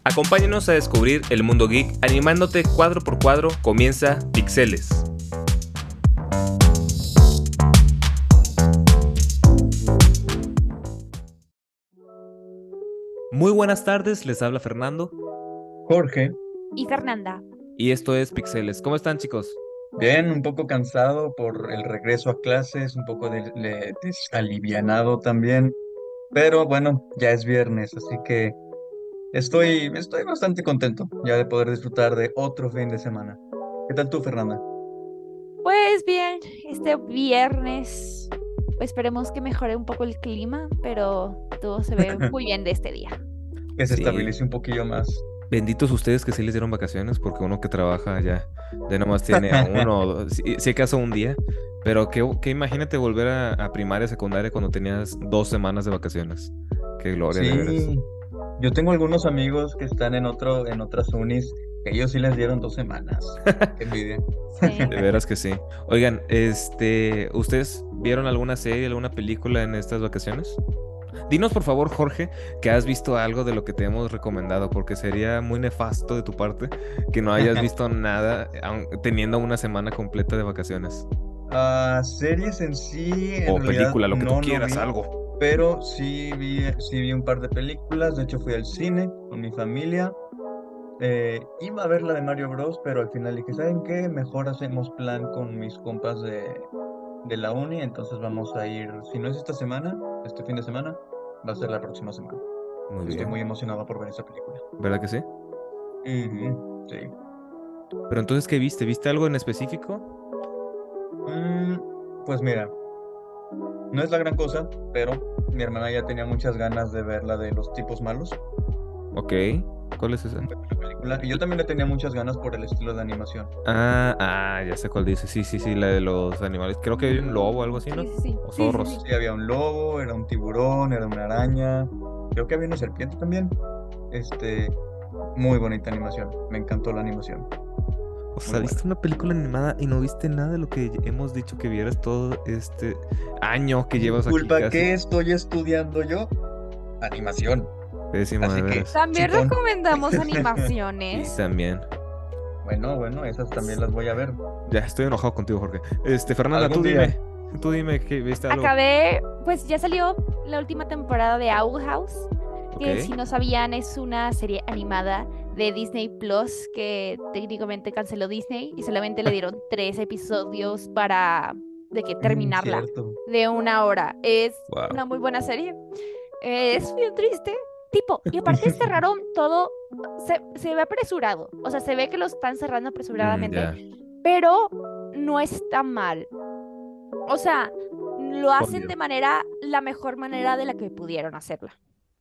Acompáñanos a descubrir el mundo geek animándote cuadro por cuadro. Comienza Pixeles. Muy buenas tardes, les habla Fernando Jorge, Y Fernanda. y esto es Pixeles. ¿Cómo están, chicos? bien, un poco cansado por el regreso a clases, un poco desalivianado también, pero bueno, ya es viernes, así que estoy bastante contento ya de poder disfrutar de otro fin de semana. ¿Qué tal tú, Fernanda? Pues bien, este viernes esperemos que mejore un poco el clima, pero todo se ve muy bien de este día. Que se Sí, estabilice un poquillo más. benditos ustedes que sí les dieron vacaciones, porque uno que trabaja ya nomás tiene a uno, o si acaso un día. Pero que imagínate volver a primaria, secundaria cuando tenías 2 semanas de vacaciones. Qué gloria, de veras. Sí, yo tengo algunos amigos que están en otras unis, que ellos sí les dieron 2 semanas. Qué envidia. Sí. De veras que sí. Oigan, ¿ustedes vieron alguna serie, alguna película en estas vacaciones? Dinos por favor, Jorge, que has visto algo de lo que te hemos recomendado, porque sería muy nefasto de tu parte que no hayas visto nada teniendo una semana completa de vacaciones. Series en sí, en O realidad película, lo que tú no quieras, vi, algo. pero sí vi un par de películas. De hecho, fui al cine con mi familia. Iba a ver la de Mario Bros, pero al final dije, ¿saben qué? Mejor hacemos plan con mis compas de la uni, entonces vamos a ir, si no es esta semana, este fin de semana, va a ser la próxima semana. Muy Estoy bien, muy emocionado por ver esa película. ¿verdad que sí? Ujú, sí. Pero entonces, ¿qué viste? ¿Viste algo en específico? Mm, pues mira, no es la gran cosa, pero mi hermana ya tenía muchas ganas de ver la de los tipos malos. Ok, ¿cuál es esa? Muy buena película. Y yo también le tenía muchas ganas por el estilo de animación. Ya sé cuál dice. Sí, sí, sí, la de los animales. Creo que hay un lobo o algo así, ¿no? Sí, sí, sí. O Sí, sí, sí. zorros. Sí, había un lobo, era un tiburón, era una araña. Creo que había una serpiente también. Este, muy bonita animación. Me encantó la animación. O Muy sea, buena. viste una película animada y no viste nada de lo que hemos dicho que vieras todo este año que llevas aquí ¿Culpa casi. qué estoy estudiando yo? Animación. Pésimo, de Así que, veras. También chitón. recomendamos Sí, animaciones. también. Bueno, esas también las voy a ver. Ya estoy enojado contigo, Jorge. Fernanda, Algún tú día. dime. Tú dime que viste algo. Acabé, pues ya salió la última temporada de Owl House, Ok. que si no sabían es una serie animada de Disney Plus que técnicamente canceló Disney y solamente le dieron 3 episodios para de que terminarla Cierto. de 1 hora. Es Wow. una muy buena serie. Es bien triste. Tipo, y aparte cerraron todo, se ve apresurado. O sea, se ve que lo están cerrando apresuradamente, Ya. pero no está mal. O sea, lo hacen Obvio. de la mejor manera de la que pudieron hacerla.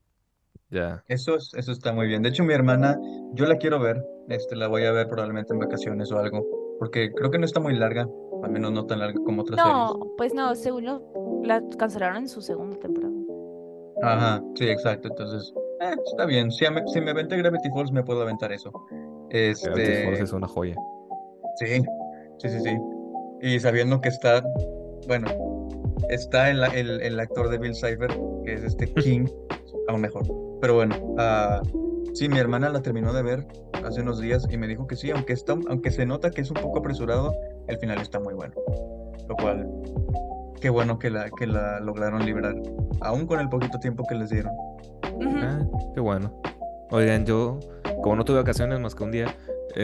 Ya. Eso está muy bien. De hecho, mi hermana, yo la quiero ver. La voy a ver probablemente en vacaciones o algo. Porque creo que no está muy larga. Al menos no tan larga como otras series. No, pues no, según la cancelaron en su segunda temporada. Ajá, sí, exacto. Entonces, está bien. Si me aventé Gravity Falls, me puedo aventar eso. Gravity Falls Este, es una joya. sí, sí. Y sabiendo que está, bueno, está el actor de Bill Cipher, que es este King, aún mejor. Pero bueno, sí, mi hermana la terminó de ver hace unos días y me dijo que sí, aunque se nota que es un poco apresurado, el final está muy bueno. Lo cual, qué bueno que la lograron liberar, aún con el poquito tiempo que les dieron. Ujú. Ah, qué bueno. Oigan, yo, como no tuve vacaciones más que un día,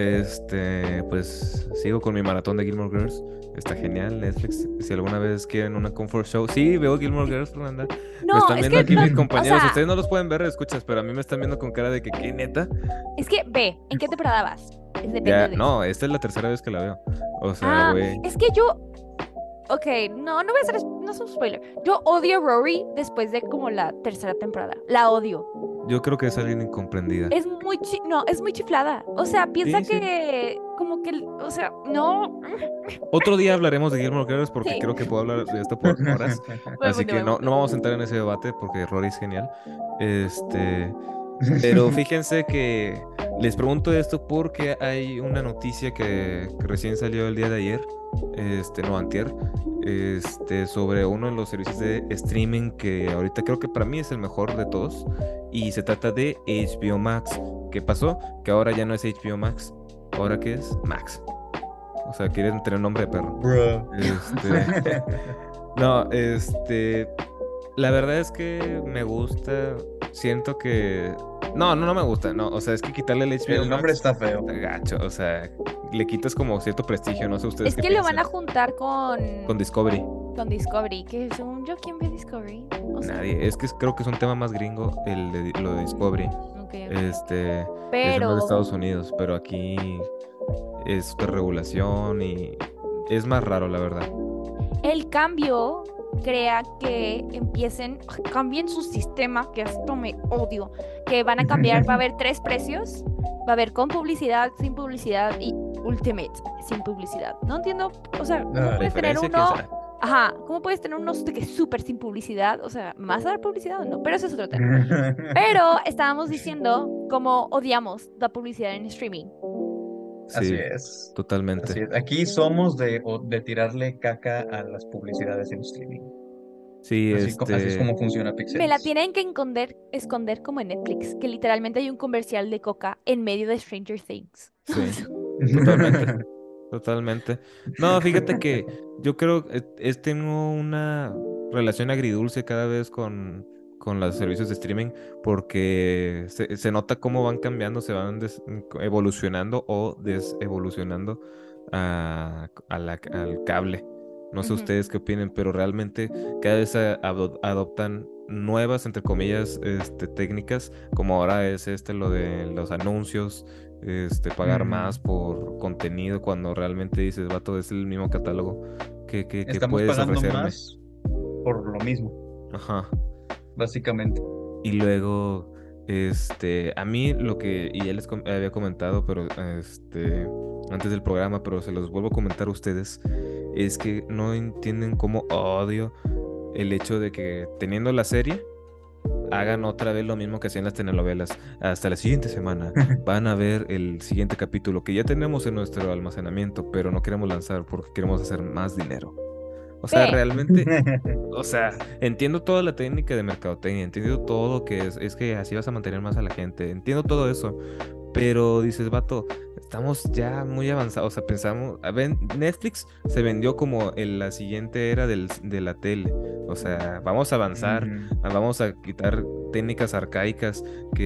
pues sigo con mi maratón de Gilmore Girls. Está genial, Netflix. Si alguna vez quieren una comfort show, sí, veo Gilmore Girls, Fernanda. Me No, están es viendo que aquí no, mis o compañeros. sea, Ustedes no los pueden ver, escuchas, pero a mí me están viendo con cara de que, ¿qué neta? es que ve, ¿en qué temporada vas? Depende Ya, de eso. no, esta es la tercera vez que la veo. O sea, Ah, güey, es que ok, no voy a hacer, no es un spoiler. Yo odio a Rory después de como la tercera temporada. La odio. yo creo que es alguien incomprendida. No, es muy chiflada. O sea, piensa Sí, sí. que como que, o sea, no. Otro día hablaremos de Gilmore Girls porque Sí, creo que puedo hablar de esto por horas. buen Así punto, que buen no punto. vamos a entrar en ese debate porque Rory es genial. Este, Pero fíjense que les pregunto esto porque hay una noticia que recién salió el día de ayer, no antier, sobre uno de los servicios de streaming que ahorita creo que para mí es el mejor de todos y se trata de HBO Max. ¿Qué pasó? Que ahora ya no es HBO Max, ¿ahora qué es? Max. O sea, quieren tener nombre de perro. Bro. No, la verdad es que me gusta, siento que... No me gusta, no, o sea, es que quitarle el HBO El nombre Max está feo. está gacho, o sea, le quitas como cierto prestigio, no sé ustedes Es qué que lo van a piensan. juntar Con Discovery, con Discovery, que según yo, ¿quién ve Discovery? O sea, nadie, es que creo que es un tema más gringo lo de Discovery, ok, ok. es más de Pero Estados Unidos, pero aquí es de regulación y es más raro, la verdad. el cambio crea que cambien su sistema, que esto me odio, que van a cambiar, va a haber 3 precios, va a haber con publicidad, sin publicidad y Ultimate sin publicidad. No entiendo, o sea, ¿cómo La puedes tener Diferencia que es... uno? Ajá, ¿cómo puedes tener uno de que es súper sin publicidad? O sea, ¿más a dar publicidad o no? Pero eso es otro tema. Pero estábamos diciendo cómo odiamos la publicidad en streaming. Así Sí, es. totalmente. Así es. Aquí somos de tirarle caca a las publicidades en streaming. Sí, Así es como funciona Me la Pixeles. tienen que esconder como en Netflix, que literalmente hay un comercial de Coca en medio de Stranger Things. sí, totalmente. Totalmente. No, fíjate que yo creo que tengo una relación agridulce cada vez con los servicios de streaming porque se nota cómo van cambiando, se van evolucionando o desevolucionando al cable. No sé Ujú. ustedes qué opinen, pero realmente cada vez adoptan nuevas, entre comillas, técnicas, como ahora es lo de los anuncios, pagar más Ujú. por contenido cuando realmente dices, vato, es el mismo catálogo que Estamos puedes pagando ofrecerme. más por lo mismo, Ajá. básicamente. Y luego, a mí lo que, y ya les había comentado, pero antes del programa, pero se los vuelvo a comentar a ustedes, es que no entienden cómo odio el hecho de que teniendo la serie hagan otra vez lo mismo que hacían las telenovelas. Hasta la siguiente semana van a ver el siguiente capítulo que ya tenemos en nuestro almacenamiento, pero no queremos lanzar porque queremos hacer más dinero. O sea, Ve, realmente, o sea, entiendo toda la técnica de mercadotecnia, entiendo todo que es que así vas a mantener más a la gente, entiendo todo eso, pero dices, vato, estamos ya muy avanzados, o sea, pensamos, a ver, Netflix se vendió como la siguiente era de la tele, o sea, vamos a avanzar, Ujú. vamos a quitar técnicas arcaicas,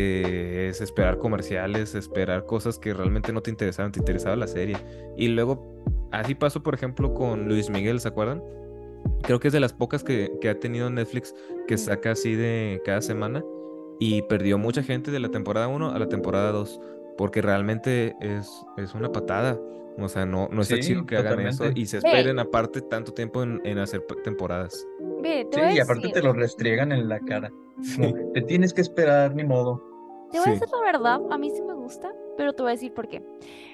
que es esperar comerciales, esperar cosas que realmente no te interesaban, te interesaba la serie, y luego, así pasó, por ejemplo, con Luis Miguel, ¿se acuerdan? Creo que es de las pocas que ha tenido Netflix que saca así de cada semana y perdió mucha gente de la temporada 1 a la temporada 2 porque realmente es una patada. O sea, no está chido Sí, que hagan eso totalmente. y se ve, esperen aparte tanto tiempo en hacer temporadas. te Sí, voy a y aparte decir, te lo restriegan en la cara. Como, Sí, te tienes que esperar, ni modo. te voy a sí, decir la verdad, a mí sí me gusta, pero te voy a decir por qué.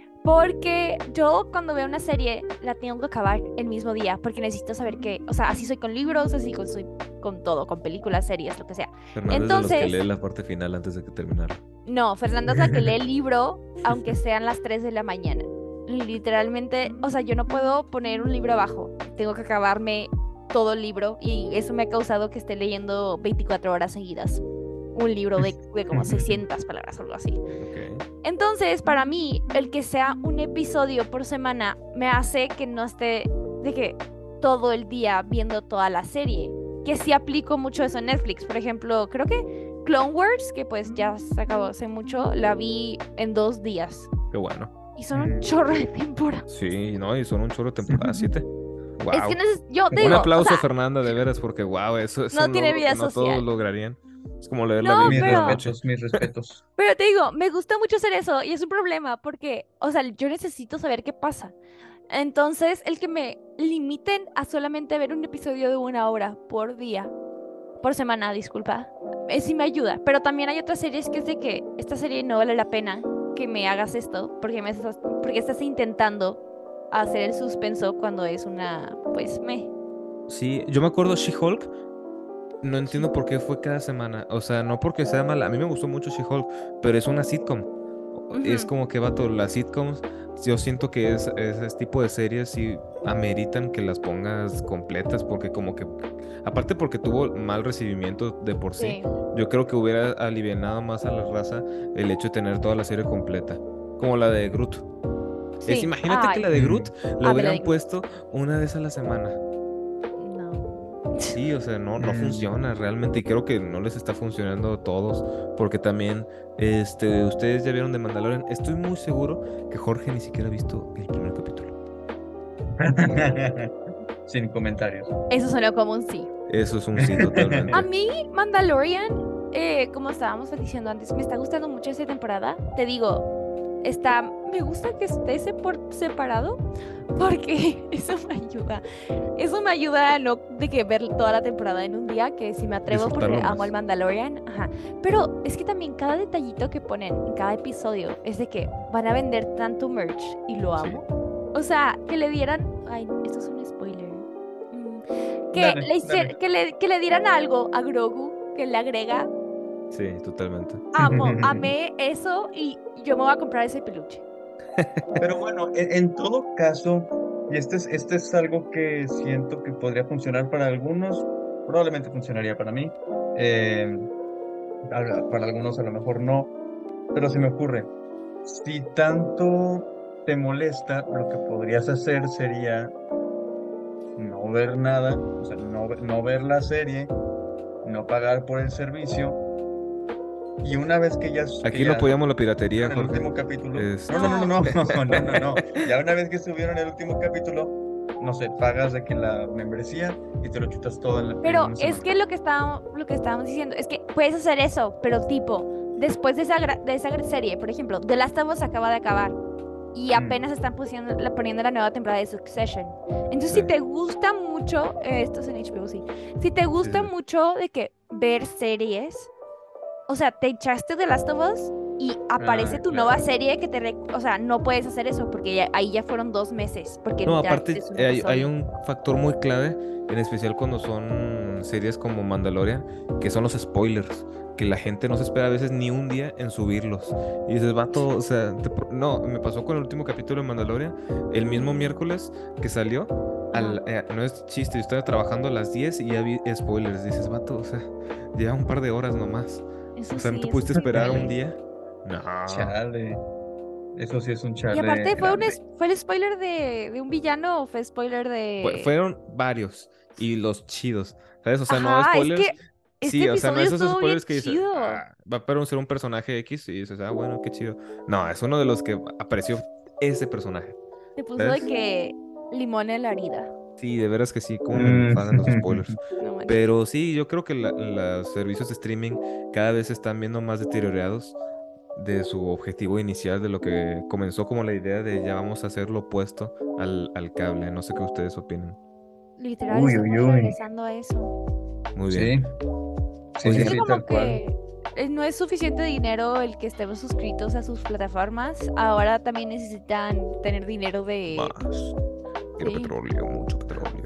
Porque yo cuando veo una serie la tengo que acabar el mismo día, porque necesito saber qué, o sea, así soy con libros, soy con todo, con películas, series, lo que sea. Fernández de los que Entonces, lee la parte final antes de que terminara. no, Fernanda es la que lee el libro, aunque sean las 3 de la mañana. Literalmente, o sea, yo no puedo poner un libro abajo, tengo que acabarme todo el libro y eso me ha causado que esté leyendo 24 horas seguidas. Un libro de como 600 palabras o algo así. Ok. Entonces, para mí, el que sea un episodio por semana me hace que no esté de que todo el día viendo toda la serie. Que sí aplico mucho eso en Netflix. Por ejemplo, creo que Clone Wars, que pues ya se acabó hace mucho, la vi en 2 días. Qué bueno. Y son un chorro de temporadas. Sí, no, y son un chorro de temporada 7. Es que Wow. yo te Un digo, o aplauso, sea, Fernanda, de veras, porque wow, eso es no un tiene logro que vida no todos social. lograrían. Es como leer la No, Biblia Mis en una pero noche. respetos, mis respetos. Pero te digo, me gusta mucho hacer eso y es un problema porque, o sea, yo necesito saber qué pasa. Entonces, el que me limiten a solamente ver un episodio de 1 hora por día, por semana, disculpa, sí me ayuda. Pero también hay otras series que es de que esta serie no vale la pena que me hagas esto porque estás intentando hacer el suspenso cuando es una, pues, me. Sí, yo me acuerdo She-Hulk. no entiendo por qué fue cada semana. O sea, no porque sea mala. A mí me gustó mucho She-Hulk, pero es una sitcom. Es Ujú. como que, vato, las sitcoms, yo siento que ese tipo de series sí ameritan que las pongas completas, porque como que, aparte porque tuvo mal recibimiento de por sí, Sí, yo creo que hubiera alivianado más a la raza el hecho de tener toda la serie completa. Como la de Groot. sí. Imagínate que Ay, la de Groot Mm, la a ver la de hubieran Groot. puesto una vez a la semana. No. Sí, o sea, no mm. funciona realmente y creo que no les está funcionando a todos porque también, ustedes ya vieron de Mandalorian. Estoy muy seguro que Jorge ni siquiera ha visto el primer capítulo. Sin comentarios. Eso sonó como un sí. Eso es un sí A totalmente. mí, Mandalorian, como estábamos diciendo antes, me está gustando mucho esta temporada. Te digo, me gusta que esté por separado porque eso me ayuda. Eso me ayuda a no de que ver toda la temporada en un día, que si me atrevo porque Disfrutarlo amo al más. Mandalorian. Ajá. Pero es que también cada detallito que ponen en cada episodio es de que van a vender tanto merch y lo Sí, amo. O sea, que le dieran. Ay, esto es un spoiler. Dale, dale. Que le dieran algo a Grogu que le agrega. sí, totalmente. Amé eso y yo me voy a comprar ese peluche. Pero bueno, en todo caso, y este es algo que siento que podría funcionar para algunos, probablemente funcionaría para mí, eh, para algunos a lo mejor no, pero se me ocurre, si tanto te molesta, lo que podrías hacer sería no ver nada, o sea, no ver la serie, no pagar por el servicio, y una vez que Aquí no ya apoyamos la piratería, subieron el Jorge. último capítulo. No, no, no, no, No. no, no, no, no. Ya una vez que subieron el último capítulo, no sé, pagas de que la membresía y te lo chutas todo en Pero una es semana. que lo que estábamos diciendo es que puedes hacer eso, pero tipo, después de de esa serie, por ejemplo, The Last of Us acaba de acabar y Mm, apenas están poniendo la nueva temporada de Succession. Entonces, Sí, si te gusta mucho, esto es en HBO, sí, si te sí, gusta sí. mucho de que ver series, o sea, te echaste The Last of Us y aparece tu nueva claro. serie que o sea, no puedes hacer eso porque ahí ya fueron 2 meses, porque No, literalmente aparte es un hay episodio. un factor muy clave, en especial cuando son series como Mandalorian, que son los spoilers, que la gente no se espera a veces ni un día en subirlos. Y dices, vato, o sea, no, me pasó con el último capítulo de Mandalorian, el mismo miércoles que salió, Ajá, no es chiste, yo estaba trabajando a las 10 y ya vi spoilers. Dices, vato, o sea, lleva un par de horas nomás. O eso sea, ¿no te sí es pudiste esperar un horrible. día? No. Chale. Eso sí es un Y chale aparte, grande. ¿fue el spoiler de un villano o fue spoiler de...? Fueron varios y los chidos, ¿sabes? O sea, no Ajá, es spoilers. que este Sí, o sea, no episodio es esos estuvo bien spoilers que dices, chido. ah, va a aparecer un personaje X y dices, ah, bueno, qué chido. No, es uno de los que apareció ese personaje, Te puso de ¿sabes? que limón en la herida. Sí, de veras que sí, cómo me Mm. enfadan los spoilers. No manches. Pero sí, yo creo que los servicios de streaming cada vez se están viendo más deteriorados de su objetivo inicial, de lo que comenzó como la idea de ya vamos a hacer lo opuesto al cable. No sé qué ustedes opinen. Literal, Uy, uy, estamos uy. regresando a eso. Muy bien. Sí, sí, Es sí, que Oigan, sí, como tal cual. que no es suficiente dinero el que estemos suscritos a sus plataformas. Ahora también necesitan tener dinero de... más. Quiero Sí. petróleo, mucho petróleo.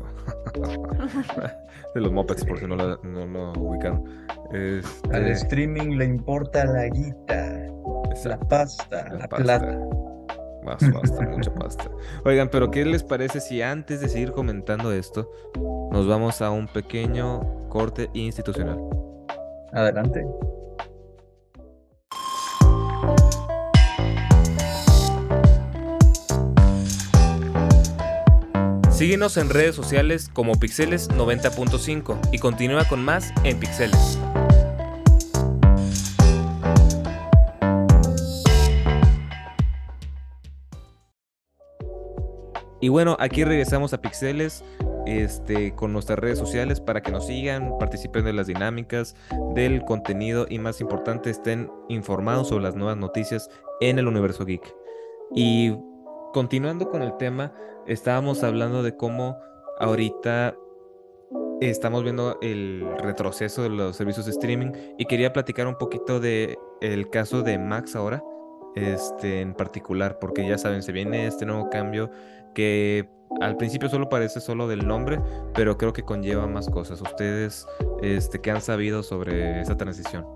De los Muppets, por si no lo ubicaron. Al Este, streaming le importa la guita, la exacto. pasta, La la pasta. plata. Más pasta, mucha pasta. Oigan, pero ¿qué les parece si antes de seguir comentando esto, nos vamos a un pequeño corte institucional? Adelante. Síguenos en redes sociales como Pixeles 90.5 y continúa con más en Pixeles. Y bueno, aquí regresamos a Pixeles, con nuestras redes sociales para que nos sigan, participen de las dinámicas, del contenido y más importante, estén informados sobre las nuevas noticias en el universo geek. Y continuando con el tema, estábamos hablando de cómo ahorita estamos viendo el retroceso de los servicios de streaming y quería platicar un poquito de el caso de Max ahora. en particular, porque ya saben, se viene este nuevo cambio que al principio solo parece solo del nombre, pero creo que conlleva más cosas. ¿Ustedes, qué han sabido sobre esa transición?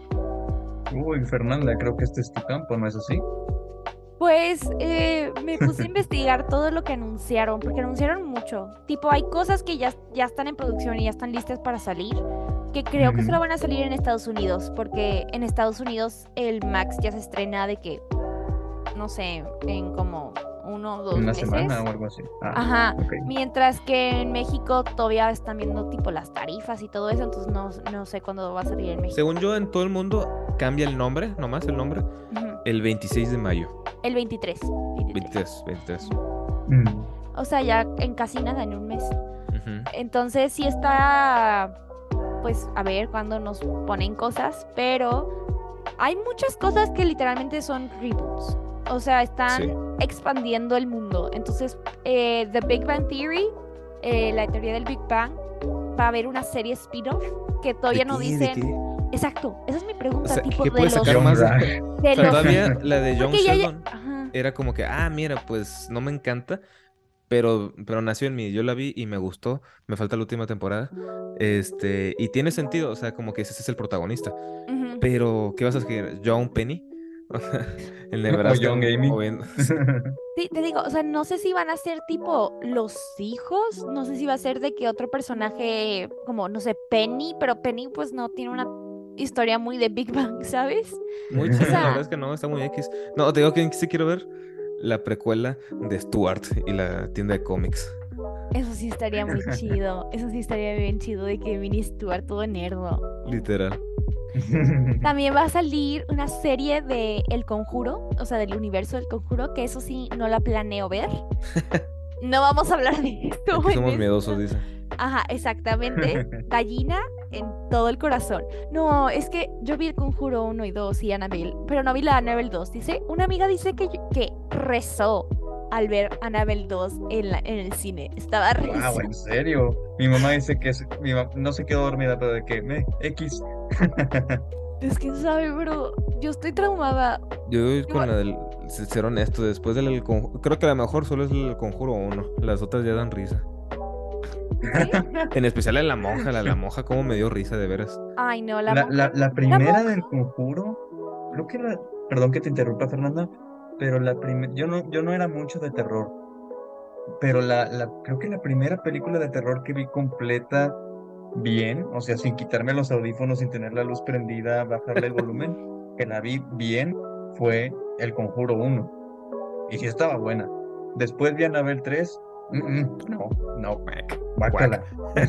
Uy, Fernanda, creo que este es tu campo, ¿no es así? Pues me puse a investigar todo lo que anunciaron, porque anunciaron mucho. Tipo, hay cosas que ya están en producción y ya están listas para salir, que creo que solo Ujú. van a salir en Estados Unidos, porque en Estados Unidos el Max ya se estrena de que, no sé, en como 1 o 2 ¿Una semana meses. o algo así? Ah, Ajá, ok. mientras que en México todavía están viendo tipo las tarifas y todo eso, entonces no sé cuándo va a salir en México. Según yo, en todo el mundo cambia el nombre, nomás el nombre, Ujú. el 26 de mayo. El 23, 23. 23, 23. Mm. O sea, ya en casi nada, en un mes. Ujú. Entonces sí está, pues a ver cuándo nos ponen cosas, pero hay muchas cosas que literalmente son reboots. O sea, están Sí. expandiendo el mundo. Entonces, The Big Bang Theory, la teoría del Big Bang, va a haber una serie spin-off que todavía no ¿De dicen. qué? Exacto, esa es mi O pregunta, sea, tipo ¿qué de puede los, sacar John más de...? Rash. O de sea, los, todavía la de Young porque Sheldon ajá. era como que, mira, pues no me encanta, pero nació en mí. Yo la vi y me gustó. Me falta la última temporada. Y tiene sentido, o sea, como que ese es el protagonista. Ujú. Pero, ¿qué vas a escribir? ¿John Penny? O sea, el O Nebraska Young Amy. moviendo. Sí, te digo, o sea, no sé si van a ser tipo los hijos, no sé si va a ser de que otro personaje como, no sé, Penny, pero Penny pues no tiene una historia muy de Big Bang, ¿sabes? Muy O chida, la verdad sea, es que no, está muy X. No, te digo que sí quiero ver la precuela de Stuart y la tienda de cómics. eso sí estaría muy chido, eso sí estaría bien chido de que Vinny Stewart todo nerdo. Literal. También va a salir una serie de El Conjuro, o sea, del universo del Conjuro, que eso sí no la planeo ver. No vamos a hablar de esto Aquí en somos esta. miedosos, dice. Ajá, exactamente. Gallina en todo el corazón. No, es que yo vi el Conjuro 1 y 2 y Annabelle, pero no vi la Annabelle 2. Dice, una amiga dice que rezó al ver Annabelle 2 en el cine. Estaba Wow, ¿en rezando. serio? Mi mamá dice que no se quedó dormida, pero de que X. Es que sabe, pero yo estoy traumada. Yo voy con Igual- la del. Ser honesto, después del conjuro. Creo que la mejor solo es el conjuro uno. Las otras ya dan risa. ¿Sí? En especial en la monja. La monja, como me dio risa, de veras. Ay, no, la La, monja. la, la La primera monja. del Conjuro, creo que perdón que te interrumpa, Fernanda, pero yo no era mucho de terror, pero creo que la primera película de terror que vi completa bien, o sea, sin quitarme los audífonos, sin tener la luz prendida, bajarle el volumen, que la vi bien, fue El Conjuro uno. Y sí estaba buena. Después vi Annabelle 3. No, no, Cuac, cuac. guácala.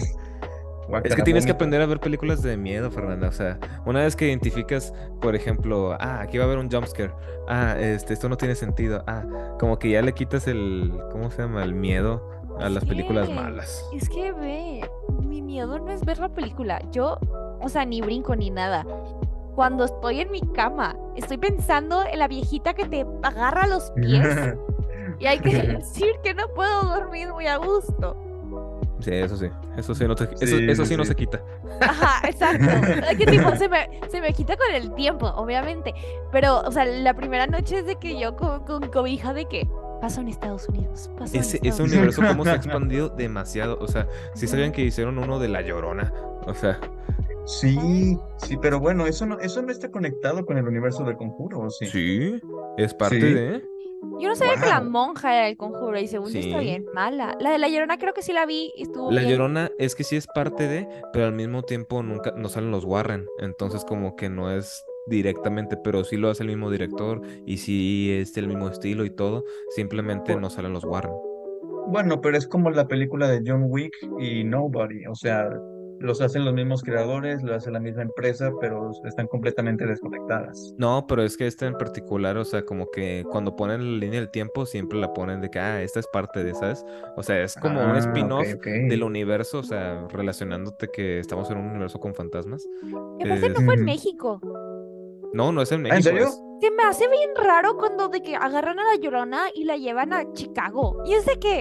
Es que Guácala, tienes que vómito. aprender a ver películas de miedo, Fernanda. O sea, una vez que identificas, por ejemplo, aquí va a haber un jumpscare. Esto no tiene sentido. Como que ya le quitas ¿cómo se llama? El miedo a las películas malas. Es que ve, mi miedo no es ver la película. Yo, o sea, ni brinco ni nada. Cuando estoy en mi cama, estoy pensando en la viejita que te agarra los pies y hay que decir que no puedo dormir muy a gusto. Sí, eso sí. Eso sí, Sí, eso sí, sí no sí. se quita. Ajá, exacto. Es que tipo, se me quita con el tiempo, obviamente. Pero, o sea, la primera noche es de que yo con cobija de que pasó en Estados Unidos, pasó en Ese Estados universo, Unidos. cómo se ha expandido demasiado. O sea, sí sabían que hicieron uno de La Llorona. O sea, Sí, sí, pero bueno, eso no está conectado con el universo del Conjuro, ¿o sí? sí, es parte Sí, de. Yo no sabía que la wow. monja era el conjuro y según yo está Sí. bien mala. La de la Llorona creo que sí la vi y estuvo La bien. Llorona es que sí es parte de, pero al mismo tiempo nunca no salen los Warren. Entonces, como que no es directamente, pero sí lo hace el mismo director y sí es el mismo estilo y todo. Simplemente no salen los Warren. Bueno, pero es como la película de John Wick y Nobody, o sea, los hacen los mismos creadores, lo hace la misma empresa, pero están completamente desconectadas. No, pero es que esta en particular, o sea, como que cuando ponen la línea del tiempo, siempre la ponen de que, esta es parte de, ¿sabes? O sea, es como un Ah, ok, spin-off ok. del universo, o sea, relacionándote que estamos en un universo con fantasmas. Y aparte no fue en Ujú. México. No, no es en ¿Ah, en México, serio? es. Se me hace bien raro cuando de que agarran a la Llorona y la llevan a Chicago. Y es de que,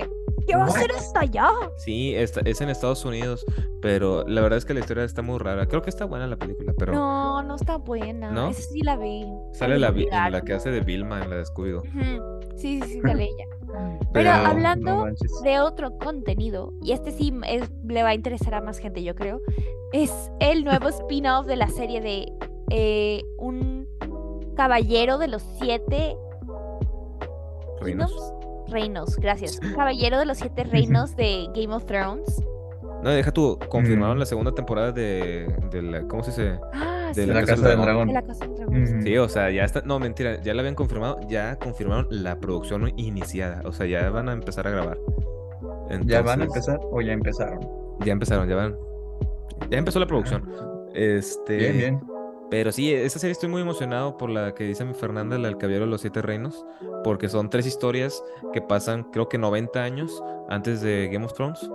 ¿Qué va a hacer What? hasta allá? Sí, es en Estados Unidos, pero la verdad es que la historia está muy rara. Creo que está buena la película, pero No, no está buena. ¿no? Esa sí la vi. Sale Pero me la que obligaron. hace de Vilma en la de Scooby-Doo. Ujú. Sí, sí, sí, sale ella. Pero Pero No hablando manches. de otro contenido, y este sí le va a interesar a más gente, yo creo, es el nuevo spin-off de la serie de un caballero de los 7 Reinos. reinos, gracias. Un caballero de los 7 reinos de Game of Thrones. No, deja tú, confirmaron Mm. la segunda temporada de la, ¿cómo se dice? Ah, De sí, la La Casa del Casa del Dragón. de la Dragón. Casa del Dragón. Sí, o sea, ya está, no, mentira, ya la habían confirmado, ya confirmaron la producción iniciada, o sea, ya van a empezar a grabar. ¿Ya van a Entonces, empezar o ya empezaron? ya empezaron, ya empezó la producción. Bien, bien. Pero sí, esa serie estoy muy emocionado por la que dice mi Fernanda, la del Caballero de los Siete Reinos, porque son 3 historias que pasan, creo que 90 años antes de Game of Thrones.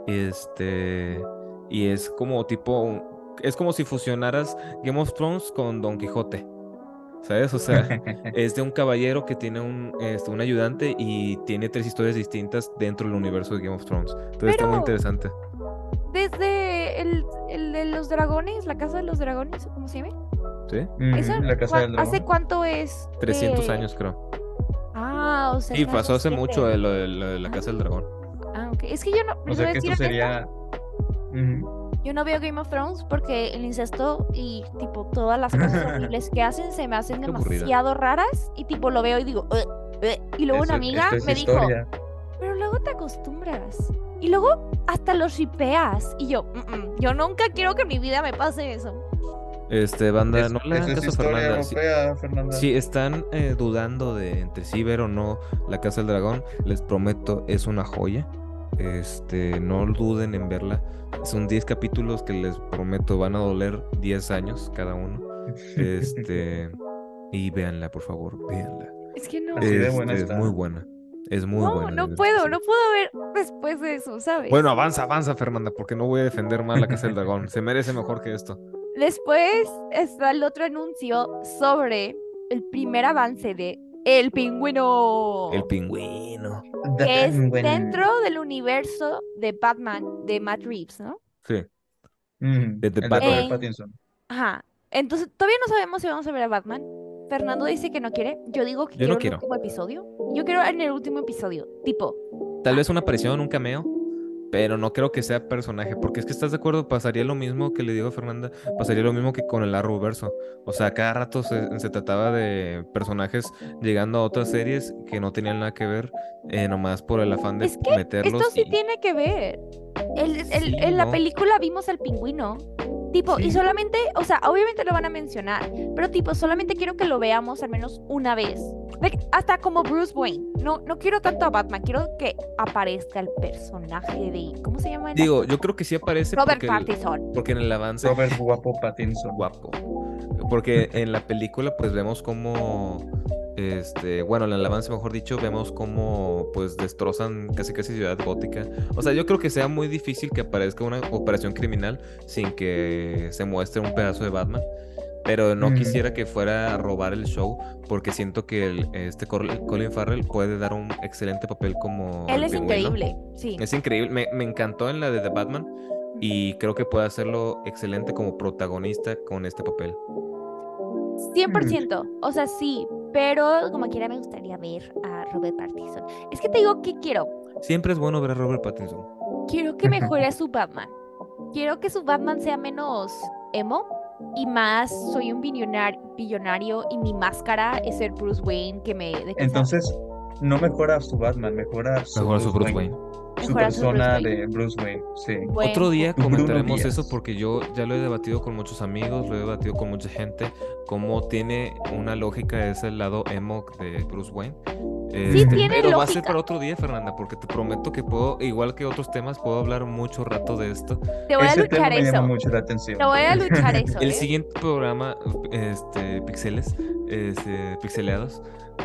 Y es como es como si fusionaras Game of Thrones con Don Quijote, ¿sabes? O sea, es de un caballero que tiene un ayudante y tiene 3 historias distintas dentro del universo de Game of Thrones. Entonces está muy Pero interesante. desde el de los dragones, la Casa de los Dragones, ¿cómo se llama? ¿Sí? ¿Eso La Casa del ¿hace Dragón. cuánto es? 300 años, creo. Ah, o sea, Sí, es más pasó hace reciente. mucho lo de la Casa del Dragón. Ah, ok. Es que yo no, O les sea voy a que esto decir sería. yo no veo Game of Thrones porque el incesto y tipo todas las cosas horribles que hacen se me hacen Qué aburrida. demasiado raras y tipo lo veo y digo, "Ugh, ugh". Y luego una amiga Esto es me dijo, historia. pero luego te acostumbras. Y luego hasta los shipeas. Y yo, yo nunca quiero que en mi vida me pase eso. Banda, no le hagan Esto es caso a historia Fernanda. europea, Fernanda. Si están dudando de entre sí ver o no la Casa del Dragón, les prometo, es una joya. No duden en verla. Son 10 capítulos que les prometo van a doler 10 años cada uno. Y véanla, por favor, véanla. Es que no. Así de buena Es está. muy buena. Es muy No, buena. no esta puedo, serie. no puedo ver después de eso, ¿sabes? Bueno, avanza, Fernanda, porque no voy a defender más la Casa del Dragón. Se merece mejor que esto. Después está el otro anuncio sobre el primer avance de El Pingüino, El pingüino. que es Bueno. dentro del universo de Batman de Matt Reeves, ¿no? Sí, El The de Batman. Robert Pattinson. Ajá. Entonces, todavía no sabemos si vamos a ver a Batman. Fernando dice que no quiere. Yo digo que Yo no quiero el quiero. último episodio. Yo quiero en el último episodio. Tipo, Tal vez una aparición, un cameo, pero no creo que sea personaje, porque es que estás de acuerdo, pasaría lo mismo que le digo a Fernanda, pasaría lo mismo que con el Arrowverso. O sea, cada rato se trataba de personajes llegando a otras series que no tenían nada que ver, nomás por el afán de es que esto meterlos sí y tiene que ver. Sí, En la no. película vimos al pingüino. Tipo, y Sí. solamente, o sea, obviamente lo van a mencionar, pero tipo, solamente quiero que lo veamos al menos una vez. Like, hasta como Bruce Wayne. No, no quiero tanto a Batman, quiero que aparezca el personaje de, ¿cómo se llama? Digo, yo creo que sí aparece Robert Pattinson. porque en el avance Robert Guapo Pattinson. guapo. Porque en la película pues vemos cómo bueno, en el avance mejor dicho, vemos cómo pues destrozan casi Ciudad Gótica. O sea, yo creo que sea muy difícil que aparezca una operación criminal sin que se muestre un pedazo de Batman. Pero no quisiera que fuera a robar el show porque siento que Colin Farrell puede dar un excelente papel como Él el es pingüino. increíble, sí. Es increíble, me encantó en la de The Batman y creo que puede hacerlo excelente como protagonista con este papel. 100%, o sea, sí, pero como quiera me gustaría ver a Robert Pattinson. Es que te digo que quiero. Siempre es bueno ver a Robert Pattinson. Quiero que mejore a su Batman. Quiero que su Batman sea menos emo y más soy un billonario y mi máscara es el Bruce Wayne que me... de que Entonces, no mejora su Batman, mejora su Mejor a su Bruce Wayne. Wayne. Su Mejora su Bruce persona Wayne. de Bruce Wayne, sí. Buen Otro día punto. Bruno comentaremos Díaz. eso porque yo ya lo he debatido con muchos amigos, lo he debatido con mucha gente, cómo tiene una lógica ese lado emo de Bruce Wayne. Sí, tiene pero va a ser lógica. para otro día, Fernanda, porque te prometo que puedo, igual que otros temas, puedo hablar mucho rato de esto. Te voy a Ese tema luchar me llama eso. mucho la atención. Te voy a luchar eso, El ¿eh? siguiente programa, Pixeles, Pixeleados,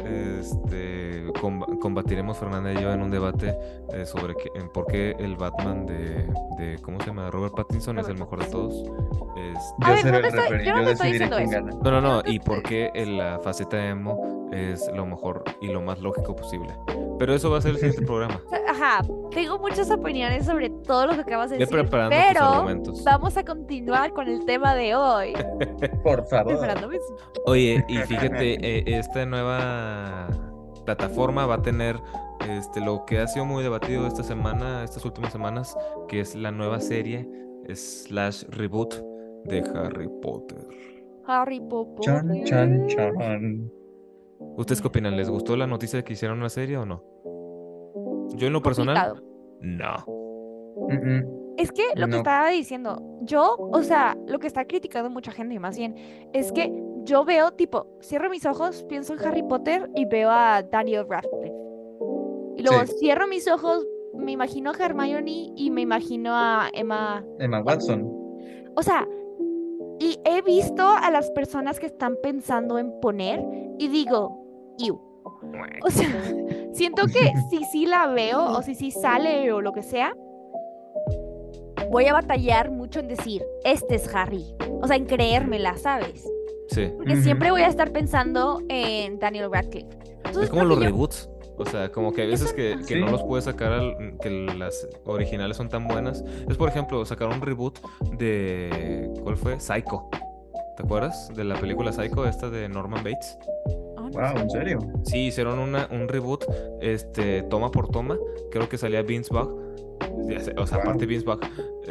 combatiremos Fernanda y yo en un debate sobre por qué el Batman de ¿cómo se llama? Robert Pattinson es el mejor de todos. A Yo ver, seré no el te estoy- referee, yo no yo te estoy decidiré diciendo quién eso. gana. No, y por qué la faceta emo es lo mejor y lo más lógico posible. Pero eso va a ser el siguiente programa. Ajá, Ajá, tengo muchas opiniones sobre todo lo que acabas de Ve decir, preparando tus pero argumentos. vamos a continuar con el tema de hoy. Por favor. Preparándome. Oye, y fíjate, esta nueva plataforma va a tener lo que ha sido muy debatido esta semana, estas últimas semanas, que es la nueva serie slash reboot de Harry Potter. Harry Potter. Chan, chan, chan. ¿Ustedes qué opinan? ¿Les gustó la noticia de que hicieron una serie o no? Yo en lo personal, Complicado. no. Es que lo que No. estaba diciendo, yo, o sea, lo que está criticando mucha gente más bien, es que yo veo, tipo, cierro mis ojos, pienso en Harry Potter y veo a Daniel Radcliffe. Y luego Sí. cierro mis ojos, me imagino a Hermione y me imagino a Emma. Emma Watson. O sea, y he visto a las personas que están pensando en poner y digo, "Ew". O sea, siento que si sí la veo o si sí sale o lo que sea, voy a batallar mucho en decir, este es Harry. O sea, en creérmela, ¿sabes? Sí. Porque siempre voy a estar pensando en Daniel Radcliffe. Entonces, Es como lo los que yo- reboots. O sea, como que hay veces que Sí. no los puedes sacar, que las originales son tan buenas. Es, por ejemplo, sacar un reboot de... ¿Cuál fue? Psycho. ¿Te acuerdas? De la película Psycho, esta de Norman Bates. Ah, no Wow, sé. ¿en serio? Sí, hicieron un reboot, toma por toma. Creo que salía Vince Vaughn. O sea, Wow. aparte Vince Vaughn.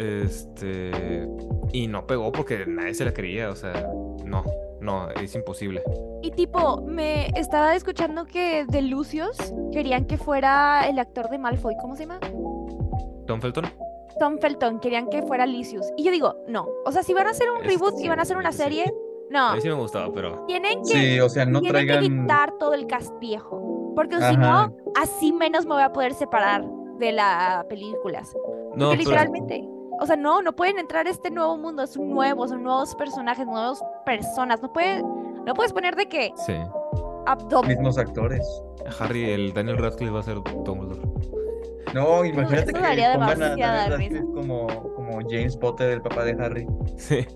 Y no pegó porque nadie se la creía. O sea, no, es imposible. Y tipo, me estaba escuchando que de Lucius querían que fuera el actor de Malfoy. ¿Cómo se llama? Tom Felton. Tom Felton, querían que fuera Lucius. Y yo digo, no. O sea, si van a hacer un Ese reboot sí, y van a hacer una sí. serie, A no. mí sí me gustaba, pero... Tienen que, Sí, o sea, no tienen que traigan. quitar todo el cast viejo. Porque si Ajá. no, así menos me voy a poder separar de las películas. No, Porque pero... literalmente, o sea, no pueden entrar a este nuevo mundo, son nuevos personajes, nuevas personas. No puedes poner de que Sí. Mismos actores. Harry, el Daniel Radcliffe va a ser Dumbledore. No, imagínate eso que daría pongan a demasiada Daniel risa. Radcliffe como James Potter, el papá de Harry. Sí.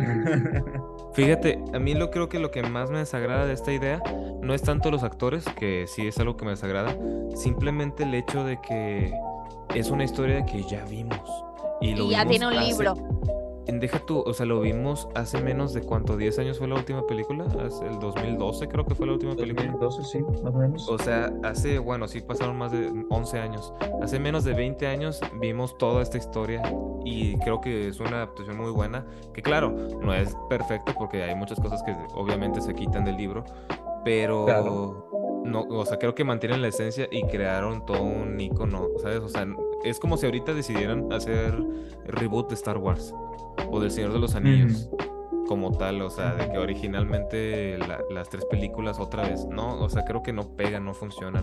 Fíjate, a mí creo que lo que más me desagrada de esta idea no es tanto los actores, que sí es algo que me desagrada, simplemente el hecho de que es una historia que ya vimos. Y lo Y ya vimos tiene un libro. Deja tú, o sea, lo vimos hace menos de ¿cuánto? ¿10 años fue la última película? El 2012 creo que fue la última película. 2012, sí, más o menos. O sea, bueno, sí pasaron más de 11 años. Hace menos de 20 años vimos toda esta historia y creo que es una adaptación muy buena. Que claro, no es perfecta porque hay muchas cosas que obviamente se quitan del libro, pero Claro. no, o sea, creo que mantienen la esencia y crearon todo un icono, ¿sabes? O sea, es como si ahorita decidieran hacer el reboot de Star Wars o del Señor de los Anillos. Como tal, o sea, de que originalmente las tres películas otra vez, ¿no? O sea, creo que no pega, no funciona,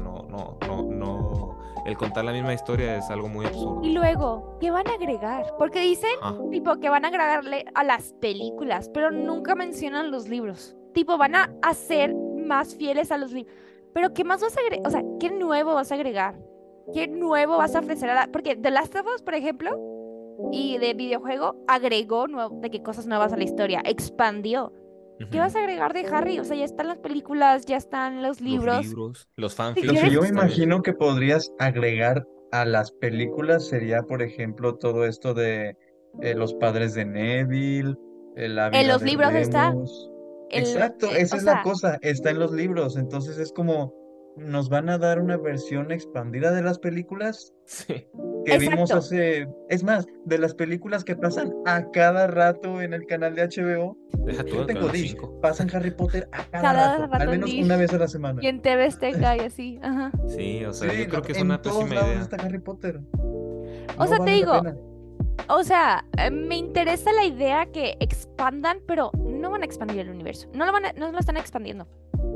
no. El contar la misma historia es algo muy absurdo. Y luego, ¿qué van a agregar? Porque dicen, Ajá. tipo, que van a agregarle a las películas, pero nunca mencionan los libros. Tipo, van a hacer más fieles a los libros. Pero ¿qué más vas a agregar? O sea, ¿qué nuevo vas a agregar? ¿Qué nuevo vas a ofrecer a la... Porque The Last of Us, por ejemplo, y de videojuego, agregó de que cosas nuevas a la historia, expandió. ¿Qué vas a agregar de Harry? O sea, ya están las películas, ya están los libros. Los Si fanfics. Lo que quieres- yo me está bien. imagino que podrías agregar a las películas sería, por ejemplo, todo esto de los padres de Neville, la En vida los de libros está. Remus. El, Exacto, esa o es la sea, cosa, está en los libros, entonces es como, ¿nos van a dar una versión expandida de las películas Sí. que vimos exacto. es más, de las películas que pasan a cada rato en el canal de HBO? Deja tú Yo en tengo Canal Dish, 5. pasan Harry Potter a cada Cada rato, rato al en menos Dish una vez a la semana. y en TV Azteca y así. Ajá. Sí, o sea, Sí, yo creo que es en una todos pésima lados idea. está Harry Potter. O No sea, te vale la digo, pena. o sea, me interesa la idea que expandan, pero no van a expandir el universo. No lo están expandiendo.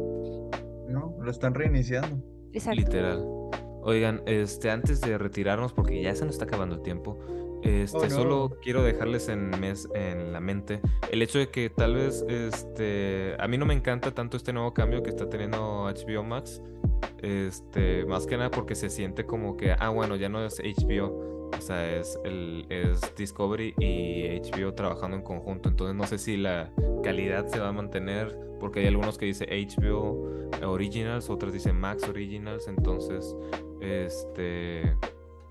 No, lo están reiniciando. Exacto. Literal. Oigan, antes de retirarnos, porque ya se nos está acabando el tiempo, Oh, no. solo quiero dejarles en la mente el hecho de que tal vez, a mí no me encanta tanto este nuevo cambio que está teniendo HBO Max, más que nada porque se siente como que, bueno, ya no es HBO, o sea, es Discovery y HBO trabajando en conjunto, entonces no sé si la calidad se va a mantener, porque hay algunos que dicen HBO Originals, otros dicen Max Originals, entonces,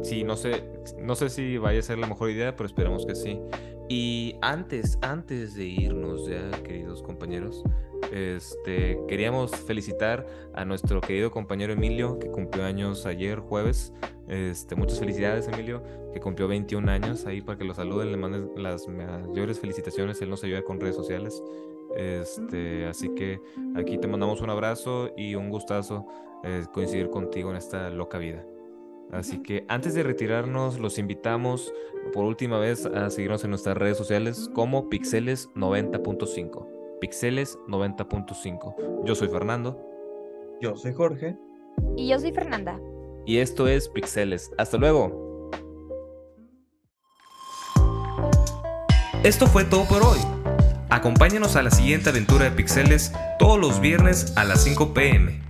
sí, no sé si vaya a ser la mejor idea, pero esperemos que sí. Y antes de irnos ya, queridos compañeros, queríamos felicitar a nuestro querido compañero Emilio, que cumplió años ayer, jueves. Muchas felicidades, Emilio, que cumplió 21 años. Ahí para que lo saluden, le manden las mayores felicitaciones. Él nos ayuda con redes sociales. Así que aquí te mandamos un abrazo y un gustazo coincidir contigo en esta loca vida. Así que antes de retirarnos, los invitamos por última vez a seguirnos en nuestras redes sociales como Pixeles 90.5. Pixeles 90.5. Yo soy Fernando. Yo soy Jorge. Y yo soy Fernanda. Y esto es Pixeles. ¡Hasta luego! Esto fue todo por hoy. Acompáñanos a la siguiente aventura de Pixeles todos los viernes a las 5 p.m.